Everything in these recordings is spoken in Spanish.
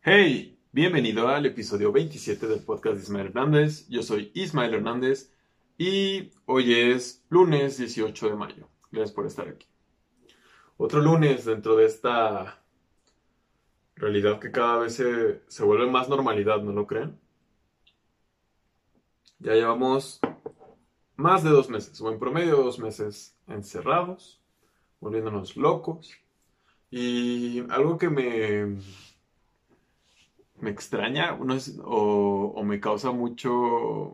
Hey, bienvenido al episodio 27 del podcast de Ismael Hernández. Yo soy Ismael Hernández y hoy es lunes 18 de mayo. Gracias por estar aquí. Otro lunes dentro de esta realidad que cada vez se vuelve más normalidad, ¿no lo creen? Ya llevamos más de 2 meses, o en promedio 2 meses encerrados, volviéndonos locos. Y algo que me extraña o me causa mucho.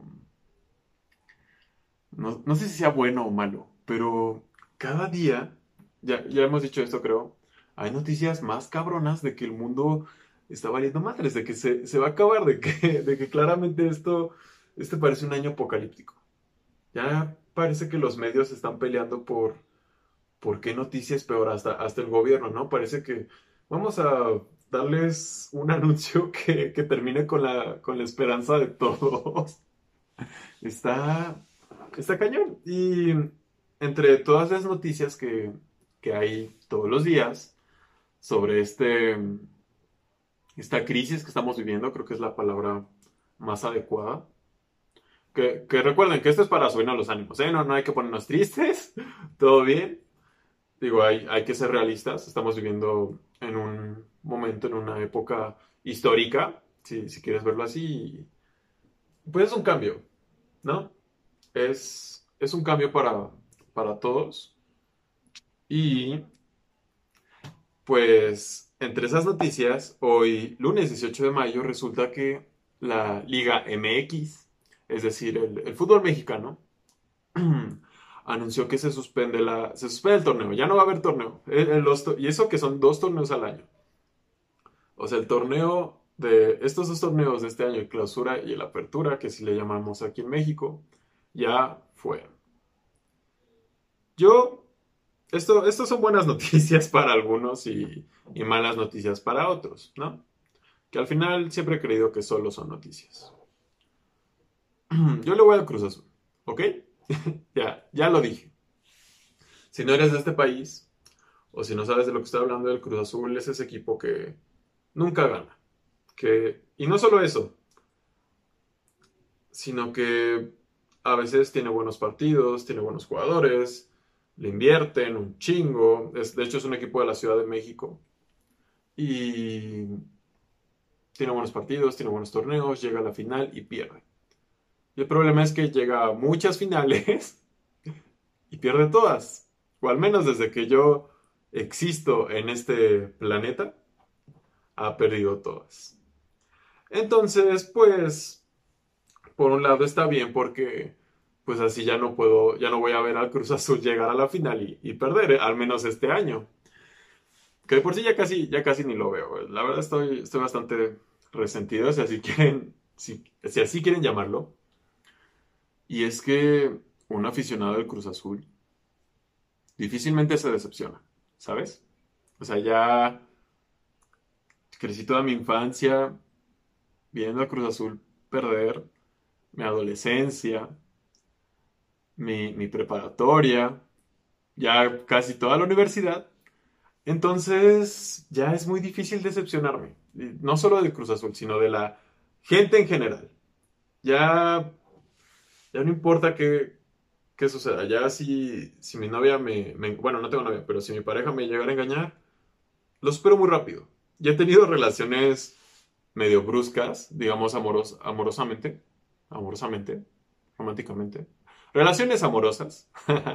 No sé si sea bueno o malo, pero cada día, ya hemos dicho esto creo, hay noticias más cabronas de que el mundo está valiendo madres, de que se va a acabar, de que claramente este parece un año apocalíptico. Ya parece que los medios están peleando por qué noticia es peor, hasta el gobierno, ¿no? Parece que vamos a darles un anuncio que termine con la esperanza de todos. Está, está cañón. Y entre todas las noticias que hay todos los días sobre esta crisis que estamos viviendo, creo que es la palabra más adecuada. Que recuerden que esto es para subirnos los ánimos, ¿eh? No hay que ponernos tristes, todo bien. Digo, hay que ser realistas. Estamos viviendo en un momento, en una época histórica, si quieres verlo así. Pues es un cambio, ¿no? Es un cambio para todos. Y pues entre esas noticias, hoy lunes 18 de mayo resulta que la Liga MX, es decir, el fútbol mexicano, anunció que se suspende el torneo. Ya no va a haber torneo. Y eso que son 2 torneos al año. O sea, el torneo de estos 2 torneos de este año, el clausura y el apertura, que si le llamamos aquí en México, ya fueron. Yo Estos son buenas noticias para algunos y malas noticias para otros, ¿no? Que al final siempre he creído que solo son noticias. Yo le voy a Cruz Azul, ¿ok? Ya lo dije. Si no eres de este país, o si no sabes de lo que estoy hablando, el Cruz Azul es ese equipo que nunca gana. Y no solo eso, sino que a veces tiene buenos partidos, tiene buenos jugadores, le invierten un chingo. De hecho, es un equipo de la Ciudad de México. Y tiene buenos partidos, tiene buenos torneos, llega a la final y pierde. Y el problema es que llega a muchas finales y pierde todas. O al menos desde que yo existo en este planeta, ha perdido todas. Entonces, pues, por un lado está bien porque pues así ya no voy a ver al Cruz Azul llegar a la final y perder, al menos este año. Que de por sí ya casi ni lo veo. La verdad estoy bastante resentido, si así quieren llamarlo. Y es que un aficionado del Cruz Azul difícilmente se decepciona, ¿sabes? O sea, ya crecí toda mi infancia viendo a Cruz Azul perder, mi adolescencia, mi preparatoria, ya casi toda la universidad. Entonces, ya es muy difícil decepcionarme. Y no solo del Cruz Azul, sino de la gente en general. Ya, ya no importa qué suceda. Ya si mi novia bueno, no tengo novia, pero si mi pareja me llegara a engañar, lo supero muy rápido. Ya he tenido relaciones medio bruscas, digamos amorosamente, románticamente. Relaciones amorosas,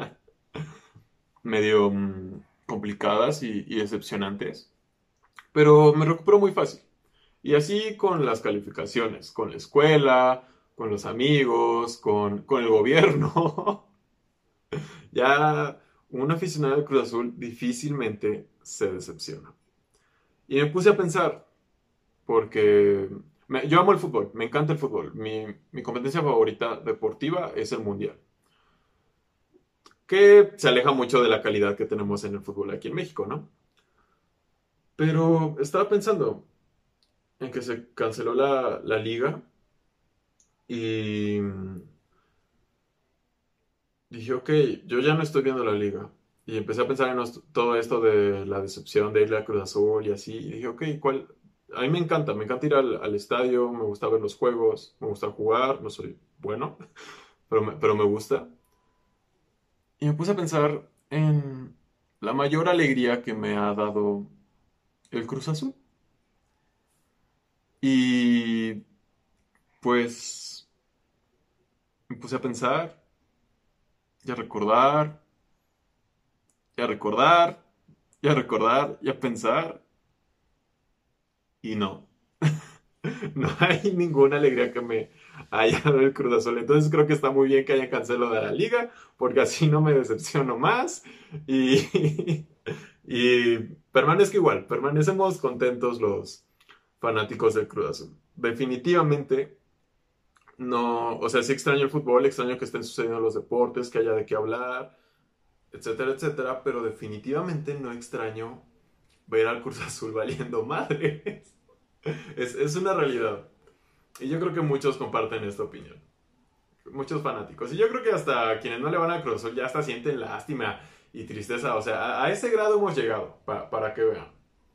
medio complicadas y decepcionantes, pero me recupero muy fácil. Y así con las calificaciones, con la escuela, con los amigos, con el gobierno. Ya un aficionado del Cruz Azul difícilmente se decepciona. Y me puse a pensar, porque yo amo el fútbol, me encanta el fútbol. Mi competencia favorita deportiva es el mundial, que se aleja mucho de la calidad que tenemos en el fútbol aquí en México, ¿no? Pero estaba pensando en que se canceló la liga y dije, ok, yo ya no estoy viendo la liga. Y empecé a pensar en todo esto de la decepción de irle a Cruz Azul y así. Y dije, ok, A mí me encanta ir al estadio, me gusta ver los juegos, me gusta jugar, no soy bueno, pero me gusta. Y me puse a pensar en la mayor alegría que me ha dado el Cruz Azul. Y pues me puse a pensar y a recordar, y a recordar, y a recordar, y a pensar. Y no, no hay ninguna alegría que me haya dado el Cruz Azul. Entonces creo que está muy bien que hayan cancelado de la liga, porque así no me decepciono más. Y, y permanezco igual, permanecemos contentos los fanáticos del Cruz Azul. Definitivamente no, o sea, sí extraño el fútbol, extraño que estén sucediendo los deportes, que haya de qué hablar, etcétera, etcétera, pero definitivamente no extraño ver al Cruz Azul valiendo madres. Es una realidad. Y yo creo que muchos comparten esta opinión. Muchos fanáticos. Y yo creo que hasta quienes no le van al Cruz Azul ya hasta sienten lástima y tristeza. O sea, a ese grado hemos llegado, para que vean.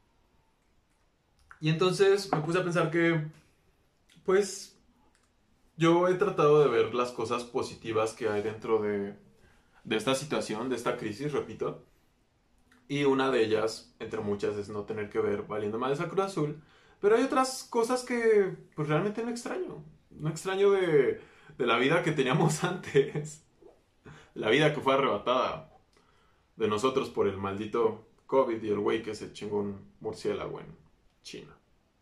Y entonces me puse a pensar que, pues, yo he tratado de ver las cosas positivas que hay dentro de esta situación, de esta crisis, repito. Y una de ellas, entre muchas, es no tener que ver valiendo mal esa Cruz Azul. Pero hay otras cosas que pues realmente no extraño. No extraño de la vida que teníamos antes. La vida que fue arrebatada de nosotros por el maldito COVID y el güey que se chingó un murciélago en China.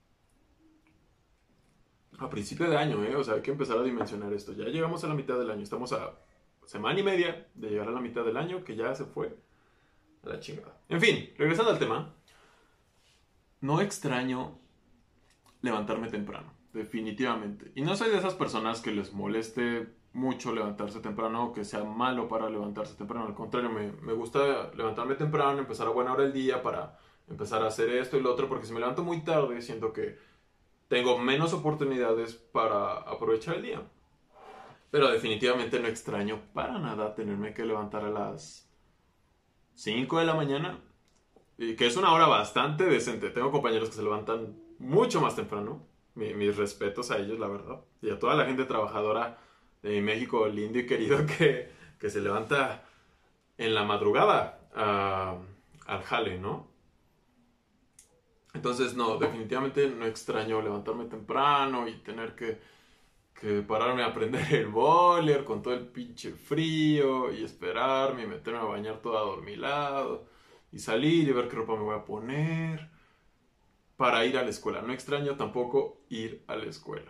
A principio de año, ¿eh? O sea, hay que empezar a dimensionar esto. Ya llegamos a la mitad del año. Estamos a semana y media de llegar a la mitad del año, que ya se fue a la chingada. En fin, regresando al tema. No extraño levantarme temprano, definitivamente. Y no soy de esas personas que les moleste mucho levantarse temprano o que sea malo para levantarse temprano. Al contrario, me gusta levantarme temprano, empezar a buena hora el día para empezar a hacer esto y lo otro, porque si me levanto muy tarde, siento que tengo menos oportunidades para aprovechar el día. Pero definitivamente no extraño para nada tenerme que levantar a las 5 de la mañana, y que es una hora bastante decente. Tengo compañeros que se levantan mucho más temprano. Mis respetos a ellos, la verdad. Y a toda la gente trabajadora de México lindo y querido que se levanta en la madrugada al jale, ¿no? Entonces, no, definitivamente no extraño levantarme temprano y tener que pararme a aprender el boiler con todo el pinche frío y esperarme y meterme a bañar todo adormilado y salir y ver qué ropa me voy a poner para ir a la escuela. No extraño tampoco ir a la escuela.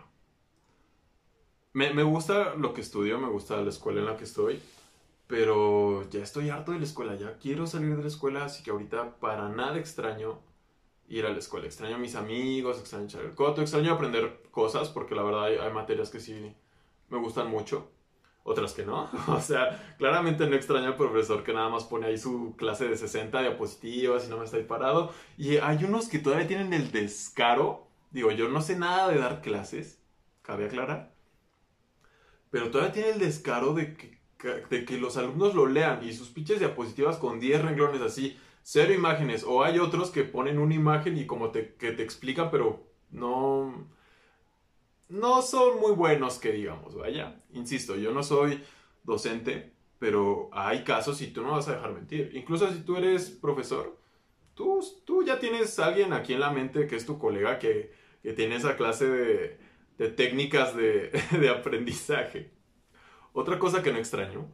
Me gusta lo que estudio, me gusta la escuela en la que estoy, pero ya estoy harto de la escuela, ya quiero salir de la escuela, así que ahorita para nada extraño ir a la escuela. Extraño a mis amigos, extraño echar el coto, extraño aprender cosas, porque la verdad hay materias que sí me gustan mucho, otras que no. O sea, claramente no extraño al profesor que nada más pone ahí su clase de 60 diapositivas y no me está ahí parado. Y hay unos que todavía tienen el descaro, digo, yo no sé nada de dar clases, cabe aclarar, pero todavía tiene el descaro de que los alumnos lo lean y sus pinches diapositivas con 10 renglones así, cero imágenes. O hay otros que ponen una imagen y como que te explican, pero no son muy buenos que digamos, vaya. Insisto, yo no soy docente, pero hay casos y tú no vas a dejar mentir. Incluso si tú eres profesor, tú ya tienes a alguien aquí en la mente que es tu colega que tiene esa clase de técnicas de aprendizaje. Otra cosa que no extraño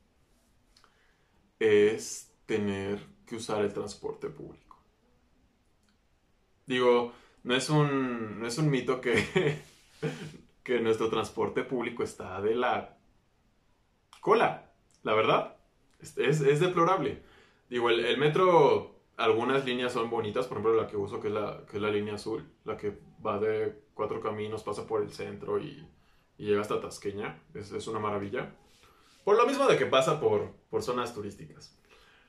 es tener que usar el transporte público. Digo, no es un mito que nuestro transporte público está de la cola, la verdad. Es deplorable. Digo, el metro, algunas líneas son bonitas, por ejemplo la que uso, que es la línea azul, la que va de Cuatro Caminos, pasa por el centro y llega hasta Tasqueña, es una maravilla. Por lo mismo de que pasa por zonas turísticas.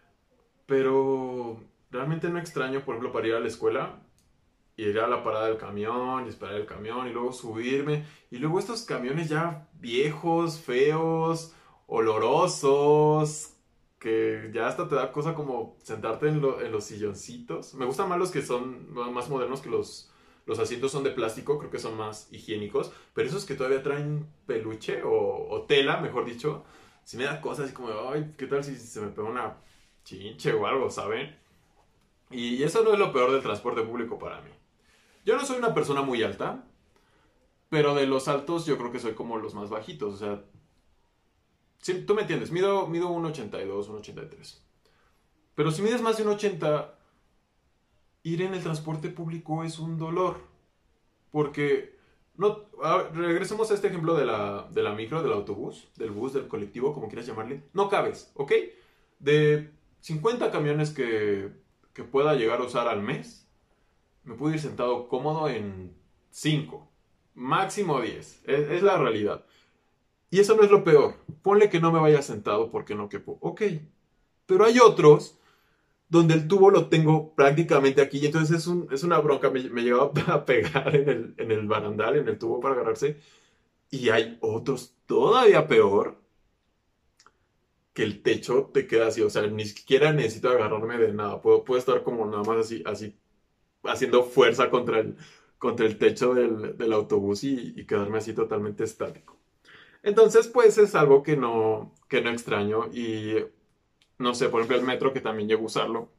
Pero realmente no extraño, por ejemplo, para ir a la escuela, ir a la parada del camión y esperar el camión y luego subirme. Y luego estos camiones ya viejos, feos, olorosos, que ya hasta te da cosa como sentarte en los silloncitos. Me gustan más los que son más modernos que Los asientos son de plástico, creo que son más higiénicos, pero esos que todavía traen peluche o tela, mejor dicho, si me da cosas así como, ay, ¿qué tal si se me pega una chinche o algo, ¿saben? Y eso no es lo peor del transporte público para mí. Yo no soy una persona muy alta, pero de los altos yo creo que soy como los más bajitos. O sea, sí, tú me entiendes, mido 1,82, 1,83. Pero si mides más de 1,80, ir en el transporte público es un dolor. Porque, no, regresemos a este ejemplo de la micro, del autobús, del bus, del colectivo, como quieras llamarle. No cabes, ¿ok? De 50 camiones que pueda llegar a usar al mes, me puedo ir sentado cómodo en 5, máximo 10. Es la realidad. Y eso no es lo peor. Ponle que no me vaya sentado porque no quepo. Ok. Pero hay otros donde el tubo lo tengo prácticamente aquí. Y entonces es una bronca. Me llegaba a pegar en el barandal, en el tubo para agarrarse. Y hay otros todavía peor, que el techo te queda así. O sea, ni siquiera necesito agarrarme de nada. Puedo estar como nada más así, así, haciendo fuerza contra el techo del autobús y quedarme así totalmente estático. Entonces, pues es algo que no extraño. Y no sé, por ejemplo, el metro, que también llego a usarlo.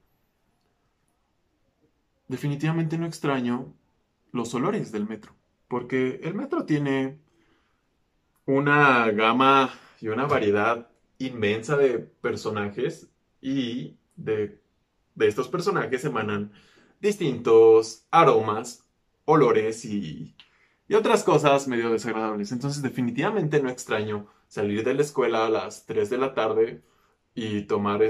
Definitivamente no extraño los olores del metro. Porque el metro tiene una gama y una variedad inmensa de personajes. Y de estos personajes emanan distintos aromas, olores y otras cosas medio desagradables. Entonces, definitivamente no extraño salir de la escuela a las 3 de la tarde y tomar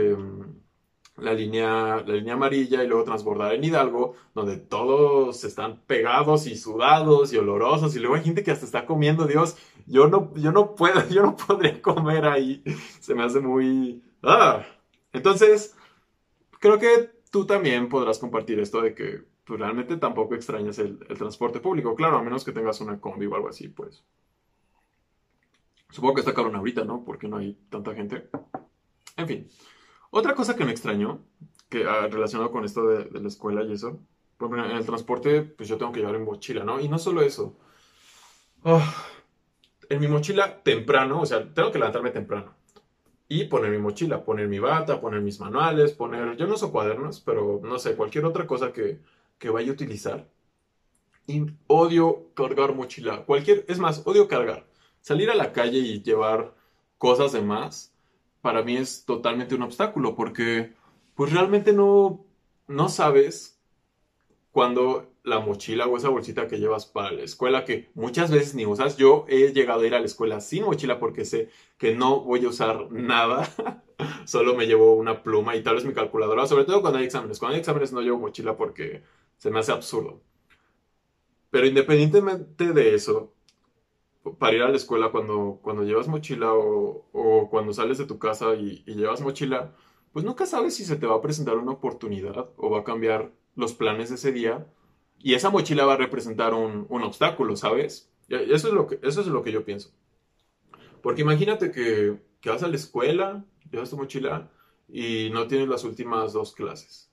la línea amarilla y luego transbordar en Hidalgo, donde todos están pegados y sudados y olorosos, y luego hay gente que hasta está comiendo. Dios, yo no puedo, yo no podría comer ahí. Se me hace muy... ¡Ah! Entonces, creo que tú también podrás compartir esto de que pues, realmente tampoco extrañas el transporte público. Claro, a menos que tengas una combi o algo así, pues. Supongo que está caro ahorita, ¿no? Porque no hay tanta gente. En fin. Otra cosa que me extrañó, que relacionado con esto de la escuela y eso, por ejemplo, en el transporte, pues yo tengo que llevar en mochila, ¿no? Y no solo eso. Ah, en mi mochila temprano, o sea, tengo que levantarme temprano. Y poner mi mochila, poner mi bata, poner mis manuales, yo no uso cuadernos, pero no sé, cualquier otra cosa que vaya a utilizar. Y odio cargar mochila, es más, odio cargar. Salir a la calle y llevar cosas de más, para mí es totalmente un obstáculo, porque pues realmente no sabes cuando la mochila o esa bolsita que llevas para la escuela, que muchas veces ni usas. Yo he llegado a ir a la escuela sin mochila porque sé que no voy a usar nada. Solo me llevo una pluma y tal vez mi calculadora, sobre todo cuando hay exámenes. Cuando hay exámenes no llevo mochila porque se me hace absurdo. Pero independientemente de eso, para ir a la escuela cuando llevas mochila o cuando sales de tu casa y llevas mochila, pues nunca sabes si se te va a presentar una oportunidad o va a cambiar los planes de ese día y esa mochila va a representar un obstáculo, ¿sabes? Eso es lo que yo pienso. Porque imagínate que vas a la escuela, llevas tu mochila y no tienes las últimas 2 clases.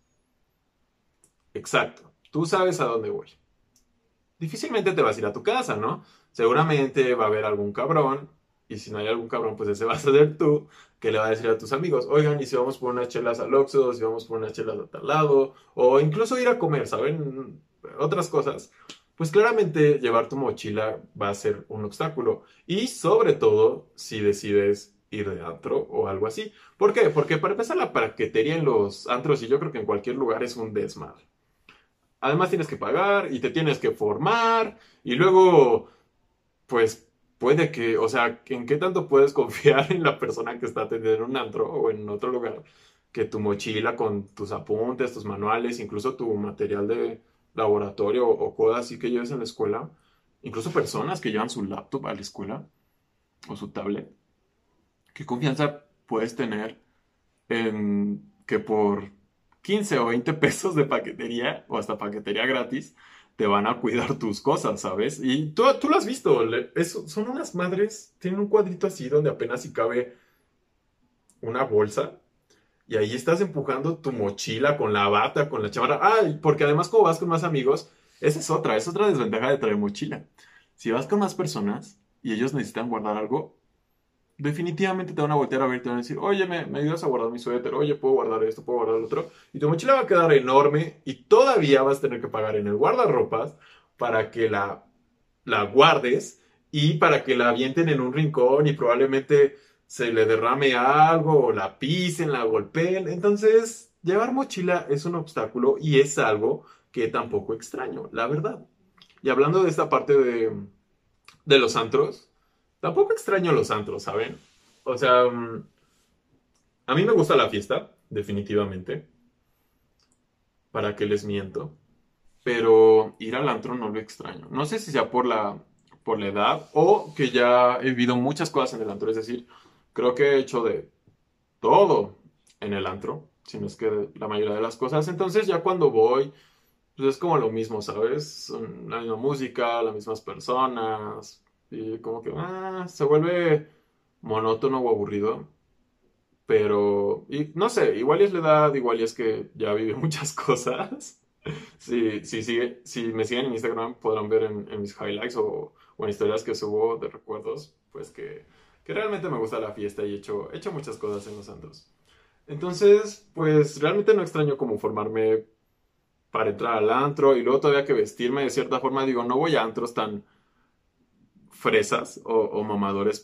Exacto, tú sabes a dónde voy. Difícilmente te vas a ir a tu casa, ¿no? Seguramente va a haber algún cabrón, y si no hay algún cabrón, pues ese vas a ser tú, que le va a decir a tus amigos, oigan, y si vamos por unas chelas al Oxxo, si vamos por unas chelas a tal lado, o incluso ir a comer, ¿saben? Otras cosas. Pues claramente llevar tu mochila va a ser un obstáculo. Y sobre todo si decides ir de antro o algo así. ¿Por qué? Porque para empezar la paquetería en los antros, y yo creo que en cualquier lugar, es un desmadre. Además tienes que pagar y te tienes que formar y luego, pues puede que, o sea, ¿en qué tanto puedes confiar en la persona que está atendiendo en un antro o en otro lugar que tu mochila con tus apuntes, tus manuales, incluso tu material de laboratorio o cosas así que lleves en la escuela, incluso personas que llevan su laptop a la escuela o su tablet? ¿Qué confianza puedes tener en que por 15 o 20 pesos de paquetería o hasta paquetería gratis te van a cuidar tus cosas, ¿sabes? Y tú lo has visto, son unas madres, tienen un cuadrito así donde apenas si cabe una bolsa y ahí estás empujando tu mochila con la bata, con la chamarra. Ah, porque además como vas con más amigos, Esa es otra desventaja de traer mochila. Si vas con más personas y ellos necesitan guardar algo, definitivamente te van a voltear a ver y te van a decir, oye, me ayudas a guardar mi suéter, oye, puedo guardar esto, puedo guardar lo otro. Y tu mochila va a quedar enorme y todavía vas a tener que pagar en el guardarropas para que la guardes y para que la avienten en un rincón y probablemente se le derrame algo o la pisen, la golpeen. Entonces, llevar mochila es un obstáculo y es algo que tampoco extraño, la verdad. Y hablando de esta parte de los antros, tampoco extraño los antros, ¿saben? O sea, a mí me gusta la fiesta, definitivamente. ¿Para qué les miento? Pero ir al antro no lo extraño. No sé si sea por la edad o que ya he vivido muchas cosas en el antro. Es decir, creo que he hecho de todo en el antro, si no es que la mayoría de las cosas. Entonces ya cuando voy, pues es como lo mismo, ¿sabes? Son la misma música, las mismas personas. Y como que se vuelve monótono o aburrido. Pero, y no sé, igual es la edad, igual es que ya vive muchas cosas. Si me siguen en Instagram podrán ver en mis highlights o en historias que subo de recuerdos, pues que realmente me gusta la fiesta y he hecho muchas cosas en los antros. Entonces, pues realmente no extraño como formarme para entrar al antro y luego todavía que vestirme de cierta forma. Digo, no voy a antros tan fresas o mamadores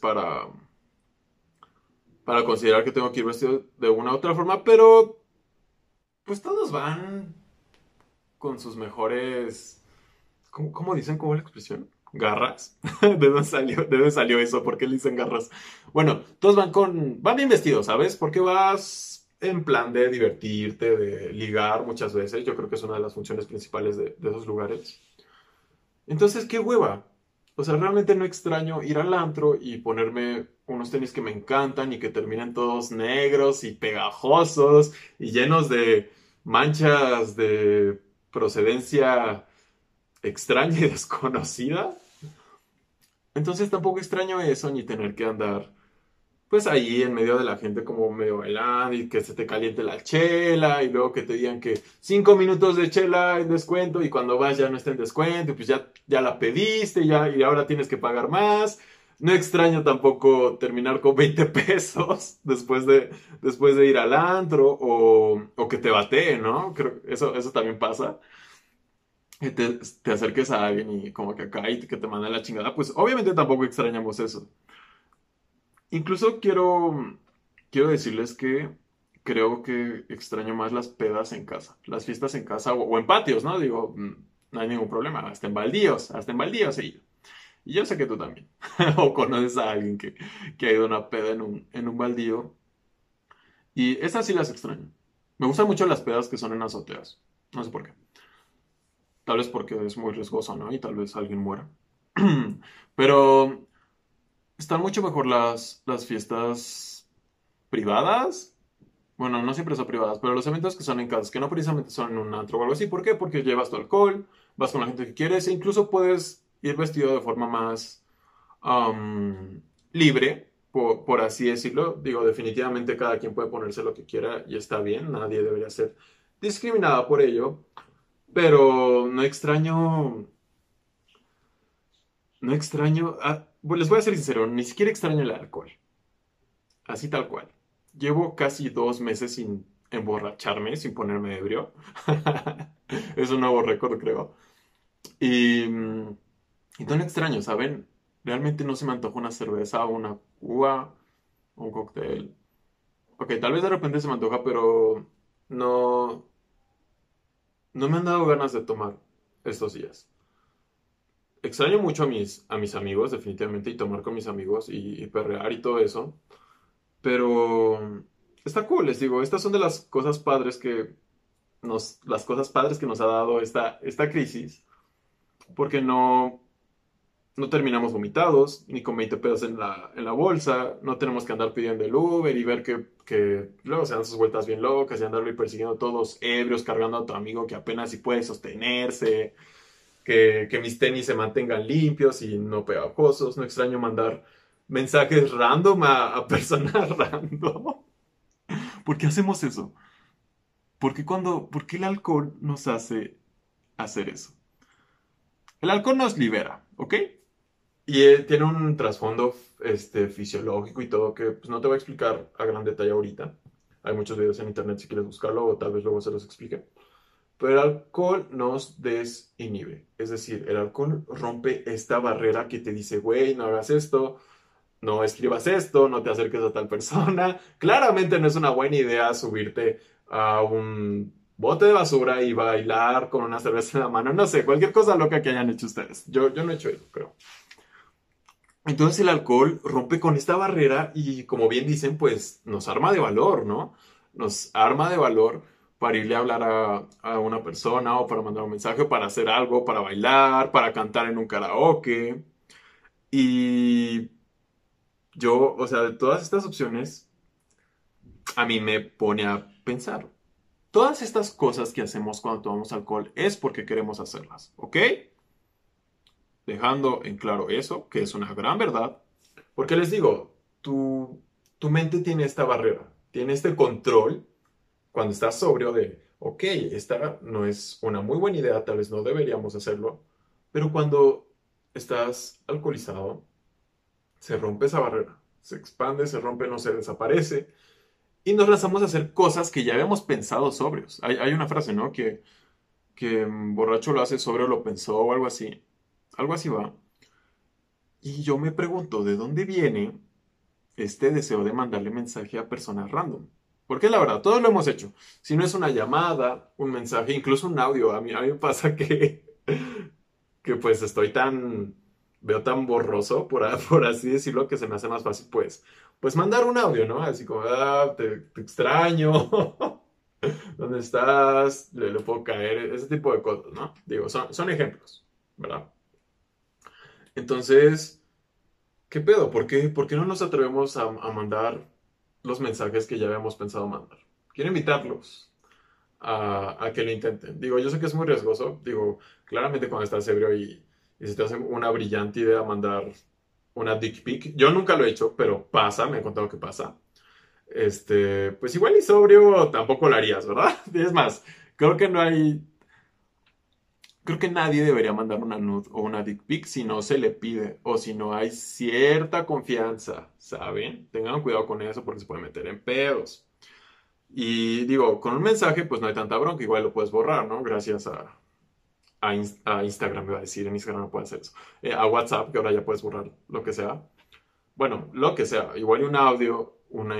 para considerar que tengo que ir vestido de una u otra forma, pero pues todos van con sus mejores. ¿Cómo dicen? ¿Cómo es la expresión? ¿Garras? ¿De dónde salió eso? ¿Por qué le dicen garras? Bueno, todos van bien vestidos, ¿sabes? Porque vas en plan de divertirte, de ligar muchas veces. Yo creo que es una de las funciones principales de esos lugares. Entonces, qué hueva. O sea, realmente no extraño ir al antro y ponerme unos tenis que me encantan y que terminen todos negros y pegajosos y llenos de manchas de procedencia extraña y desconocida. Entonces tampoco extraño eso ni tener que andar pues ahí en medio de la gente como medio bailando y que se te caliente la chela y luego que te digan que 5 minutos de chela en descuento y cuando vas ya no está en descuento y pues ya la pediste ya, y ahora tienes que pagar más. No extraño tampoco terminar con 20 pesos después de ir al antro o que te bateen, ¿no? Creo que eso también pasa que te acerques a alguien y como que acá y que te manda la chingada, pues obviamente tampoco extrañamos eso. Incluso quiero decirles que creo que extraño más las pedas en casa, las fiestas en casa o en patios, ¿no? Digo, no hay ningún problema, hasta en baldíos he ido. Y yo sé que tú también. O conoces a alguien que ha ido a una peda en un baldío. Y esas sí las extraño. Me gustan mucho las pedas que son en azoteas. No sé por qué. Tal vez porque es muy riesgoso, ¿no? Y tal vez alguien muera. Pero están mucho mejor las fiestas privadas. Bueno, no siempre son privadas, pero los eventos que son en casas, que no precisamente son en un antro o algo así. ¿Por qué? Porque llevas tu alcohol, vas con la gente que quieres e incluso puedes ir vestido de forma más libre, por así decirlo. Digo, definitivamente cada quien puede ponerse lo que quiera y está bien, nadie debería ser discriminada por ello. Pero no extraño, bueno, les voy a ser sincero, ni siquiera extraño el alcohol, así tal cual. Llevo casi 2 meses sin emborracharme, sin ponerme ebrio. Es un nuevo récord, creo. Y no lo extraño, ¿saben? Realmente no se me antoja una cerveza, una cuba, un cóctel. Ok, tal vez de repente se me antoja, pero no, no me han dado ganas de tomar estos días. Extraño mucho a mis amigos, definitivamente, y tomar con mis amigos y perrear y todo eso. Pero está cool, les digo, estas son de las cosas padres las cosas padres que nos ha dado esta crisis, porque no terminamos vomitados, ni con 20 pesos en la bolsa, no tenemos que andar pidiendo el Uber y ver que luego se dan sus vueltas bien locas y andarlo persiguiendo todos ebrios, cargando a tu amigo que apenas si puede sostenerse, que mis tenis se mantengan limpios y no pegajosos. No extraño mandar mensajes random a personas random. ¿Por qué hacemos eso? ¿Por qué el alcohol nos hace hacer eso? El alcohol nos libera, ¿ok? Y tiene un trasfondo fisiológico y todo que pues, no te voy a explicar a gran detalle ahorita. Hay muchos videos en internet si quieres buscarlo o tal vez luego se los explique. Pero el alcohol nos desinhibe. Es decir, el alcohol rompe esta barrera que te dice, güey, no hagas esto, no escribas esto, no te acerques a tal persona. Claramente no es una buena idea subirte a un bote de basura y bailar con una cerveza en la mano. No sé, cualquier cosa loca que hayan hecho ustedes. Yo no he hecho eso, creo. Entonces el alcohol rompe con esta barrera y como bien dicen, pues nos arma de valor, ¿no? Nos arma de valor para irle a hablar a una persona o para mandar un mensaje, o para hacer algo, para bailar, para cantar en un karaoke. Y yo, o sea, de todas estas opciones, a mí me pone a pensar. Todas estas cosas que hacemos cuando tomamos alcohol es porque queremos hacerlas, ¿ok? Dejando en claro eso, que es una gran verdad. Porque les digo, tu mente tiene esta barrera, tiene este control cuando estás sobrio de, ok, esta no es una muy buena idea, tal vez no deberíamos hacerlo, pero cuando estás alcoholizado, se rompe esa barrera, se expande, se rompe, no se desaparece, y nos lanzamos a hacer cosas que ya habíamos pensado sobrios. Hay una frase, ¿no? Que borracho lo hace sobrio, lo pensó o algo así va. Y yo me pregunto, ¿de dónde viene este deseo de mandarle mensaje a personas random? Porque la verdad, todos lo hemos hecho. Si no es una llamada, un mensaje, incluso un audio. A mí me pasa que pues veo tan borroso, por así decirlo, que se me hace más fácil pues mandar un audio, ¿no? Así como, te extraño, ¿dónde estás? Le puedo caer, ese tipo de cosas, ¿no? Digo, son ejemplos, ¿verdad? Entonces... ¿Qué pedo? ¿Por qué no nos atrevemos a mandar los mensajes que ya habíamos pensado mandar? Quiero invitarlos a que lo intenten. Digo, yo sé que es muy riesgoso. Digo, claramente cuando estás ebrio y se te hace una brillante idea mandar una dick pic. Yo nunca lo he hecho, pero pasa, me han contado que pasa. Pues igual y sobrio tampoco lo harías, ¿verdad? Es más, creo que no hay Creo que nadie debería mandar una nude o una dick pic si no se le pide o si no hay cierta confianza, ¿saben? Tengan cuidado con eso porque se puede meter en pedos. Y digo, con un mensaje pues no hay tanta bronca, igual lo puedes borrar, ¿no? Gracias a Instagram, me va a decir, en Instagram no puede hacer eso. A WhatsApp, que ahora ya puedes borrar lo que sea. Bueno, lo que sea, igual un audio,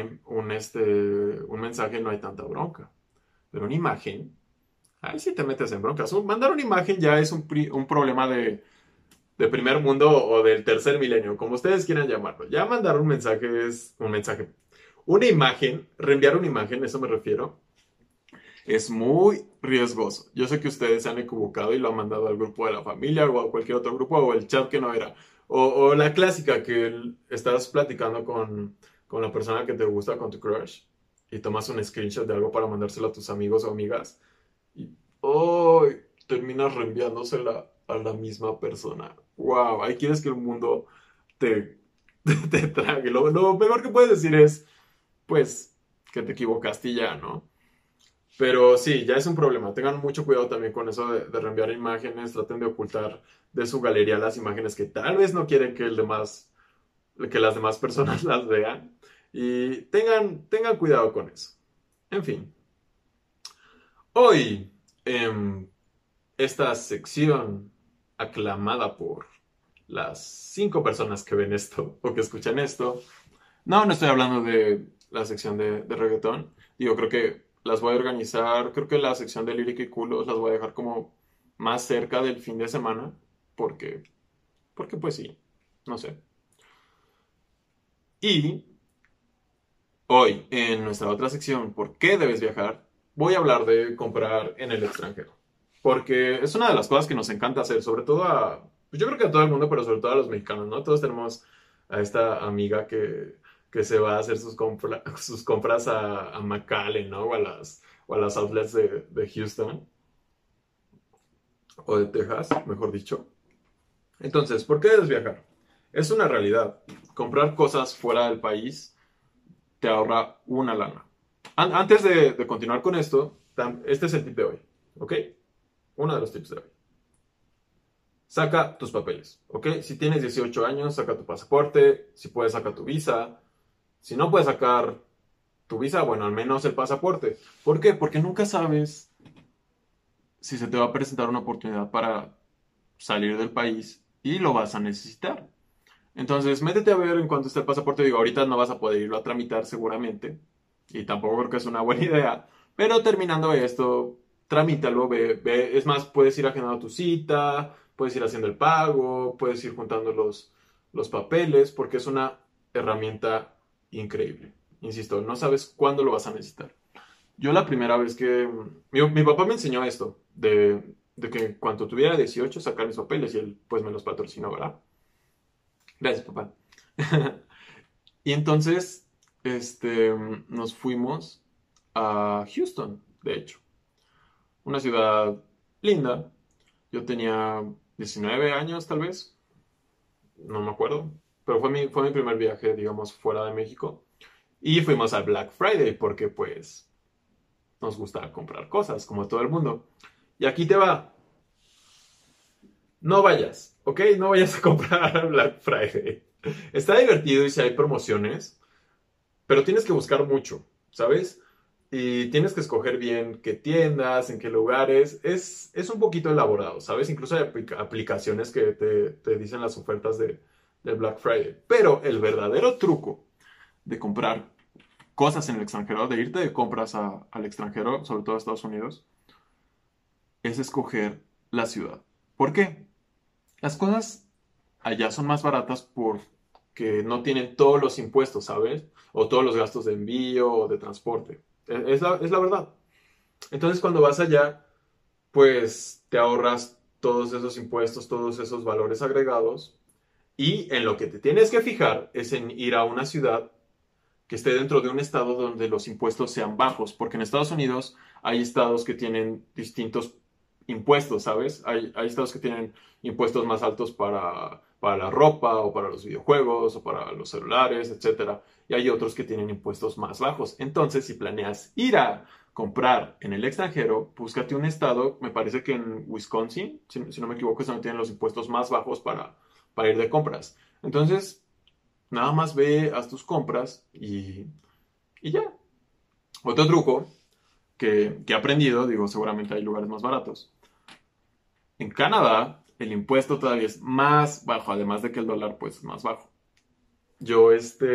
un mensaje no hay tanta bronca. Pero una imagen... Ahí sí te metes en broncas. Mandar una imagen ya es un problema de primer mundo o del tercer milenio, como ustedes quieran llamarlo. Ya mandar un mensaje es un mensaje. Una imagen, reenviar una imagen, eso me refiero, es muy riesgoso. Yo sé que ustedes se han equivocado y lo han mandado al grupo de la familia o a cualquier otro grupo o el chat que no era. O la clásica que estás platicando con la persona que te gusta, con tu crush, y tomas un screenshot de algo para mandárselo a tus amigos o amigas y hoy terminas reenviándosela a la misma persona. Wow, ahí quieres que el mundo te, te trague. Lo mejor que puedes decir es, pues, que te equivocaste y ya, ¿no? Pero sí, ya es un problema. Tengan mucho cuidado también con eso de reenviar imágenes. Traten de ocultar de su galería las imágenes que tal vez no quieren que las demás personas las vean. Y tengan cuidado con eso. En fin. Hoy, en esta sección aclamada por las 5 personas que ven esto o que escuchan esto. No estoy hablando de la sección de reggaetón. Digo, creo que las voy a organizar. Creo que la sección de lírica y culos las voy a dejar como más cerca del fin de semana. Porque, porque pues sí, no sé. Y hoy, en nuestra otra sección, ¿por qué debes viajar? Voy a hablar de comprar en el extranjero. Porque es una de las cosas que nos encanta hacer, sobre todo pues yo creo que a todo el mundo, pero sobre todo a los mexicanos, ¿no? Todos tenemos a esta amiga que se va a hacer sus compras a McAllen, ¿no? O a las outlets de Houston, o de Texas, mejor dicho. Entonces, ¿por qué debes viajar? Es una realidad. Comprar cosas fuera del país te ahorra una lana. Antes de continuar con esto, este es el tip de hoy, ¿ok? Uno de los tips de hoy. saca tus papeles, ¿ok? Si tienes 18 años, saca tu pasaporte, si puedes, saca tu visa. Si no puedes sacar tu visa, bueno, al menos el pasaporte. ¿Por qué? Porque nunca sabes si se te va a presentar una oportunidad para salir del país y lo vas a necesitar. Entonces, métete a ver en cuanto esté el pasaporte. Digo, ahorita no vas a poder irlo a tramitar seguramente. Y tampoco creo que es una buena idea. Pero terminando esto, tramítalo, ve. Es más, puedes ir agendando tu cita, puedes ir haciendo el pago, puedes ir juntando los papeles, porque es una herramienta increíble. Insisto, no sabes cuándo lo vas a necesitar. Yo la primera vez que... Mi papá me enseñó esto, de que cuando tuviera 18 sacar mis papeles y él pues me los patrocinó, ¿verdad? Gracias, papá. Y entonces, nos fuimos a Houston, de hecho. Una ciudad linda. Yo tenía 19 años, tal vez. No me acuerdo. Pero fue mi primer viaje, digamos, fuera de México. Y fuimos al Black Friday porque, pues, nos gusta comprar cosas, como todo el mundo. Y aquí te va. No vayas, ¿ok? No vayas a comprar Black Friday. Está divertido y si hay promociones, pero tienes que buscar mucho, ¿sabes? Y tienes que escoger bien qué tiendas, en qué lugares. Es un poquito elaborado, ¿sabes? Incluso hay aplicaciones que te dicen las ofertas de Black Friday. Pero el verdadero truco de comprar cosas en el extranjero, de irte de compras al extranjero, sobre todo a Estados Unidos, es escoger la ciudad. ¿Por qué? Las cosas allá son más baratas porque no tienen todos los impuestos, ¿sabes? O todos los gastos de envío o de transporte. Es la verdad. Entonces, cuando vas allá, pues te ahorras todos esos impuestos, todos esos valores agregados. Y en lo que te tienes que fijar es en ir a una ciudad que esté dentro de un estado donde los impuestos sean bajos, porque en Estados Unidos hay estados que tienen distintos impuestos, ¿sabes? Hay estados que tienen impuestos más altos para la ropa o para los videojuegos o para los celulares, etcétera. Y hay otros que tienen impuestos más bajos. Entonces, si planeas ir a comprar en el extranjero, búscate un estado, me parece que en Wisconsin, si no me equivoco, es donde tienen los impuestos más bajos para ir de compras. Entonces, nada más ve, haz tus compras y ya. Otro truco que he aprendido, digo, seguramente hay lugares más baratos. En Canadá, el impuesto todavía es más bajo, además de que el dólar, pues, es más bajo. Yo,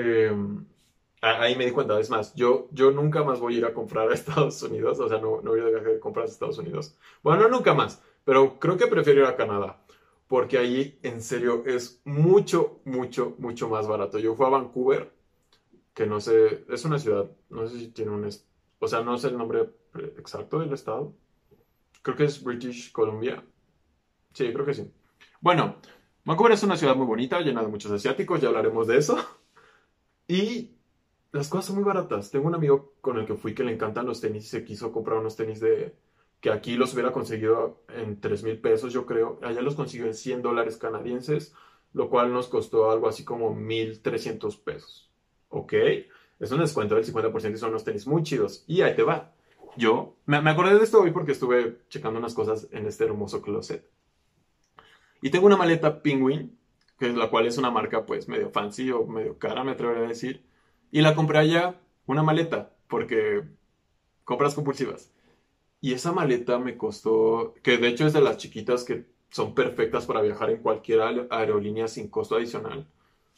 ahí me di cuenta, es más, yo nunca más voy a ir a comprar a Estados Unidos, o sea, no voy a ir de viaje de compras a Estados Unidos. Bueno, no nunca más, pero creo que prefiero ir a Canadá, porque ahí, en serio, es mucho, mucho, mucho más barato. Yo fui a Vancouver, que no sé, es una ciudad, no sé si tiene o sea, no sé el nombre exacto del estado. Creo que es British Columbia. Sí, creo que sí. Bueno, Vancouver es una ciudad muy bonita, llena de muchos asiáticos, ya hablaremos de eso. Y las cosas son muy baratas. Tengo un amigo con el que fui que le encantan los tenis y se quiso comprar unos tenis que aquí los hubiera conseguido en 3,000 pesos, yo creo. Allá los consiguió en $100 canadienses, lo cual nos costó algo así como 1,300 pesos. ¿Ok? Es un descuento del 50% y son unos tenis muy chidos. Y ahí te va. Yo me acordé de esto hoy porque estuve checando unas cosas en este hermoso closet. Y tengo una maleta Penguin, que es la cual es una marca pues medio fancy o medio cara, me atrevería a decir. Y la compré allá, una maleta, porque compras compulsivas. Y esa maleta me costó, que de hecho es de las chiquitas que son perfectas para viajar en cualquier aerolínea sin costo adicional.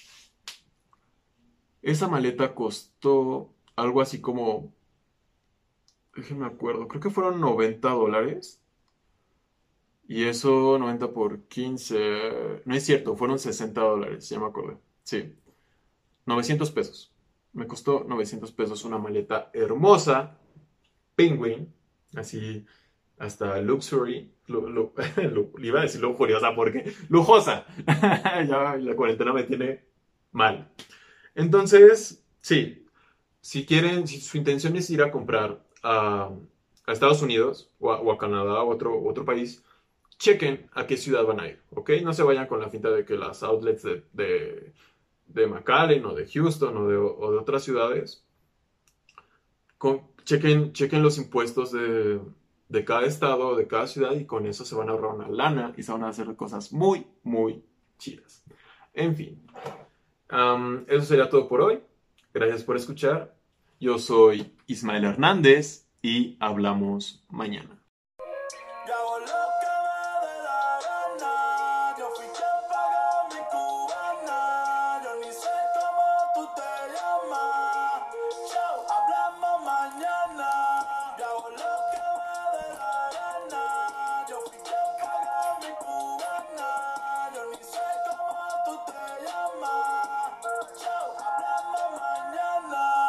Esa maleta costó algo así como, déjenme acuerdo, creo que fueron $90. Y eso 90 por 15, no es cierto, fueron $60, ya me acordé. Sí, 900 pesos. Me costó 900 pesos una maleta hermosa, Penguin, así hasta luxury, iba a decir lujuriosa porque lujosa. Ya la cuarentena me tiene mal. Entonces, sí, si su intención es ir a comprar a Estados Unidos o a Canadá o otro país, chequen a qué ciudad van a ir, ¿ok? No se vayan con la finta de que las outlets de McAllen o de Houston o de otras ciudades, chequen los impuestos de cada estado, de cada ciudad, y con eso se van a ahorrar una lana y se van a hacer cosas muy, muy chidas. En fin, eso sería todo por hoy. Gracias por escuchar. Yo soy Ismael Hernández y hablamos mañana.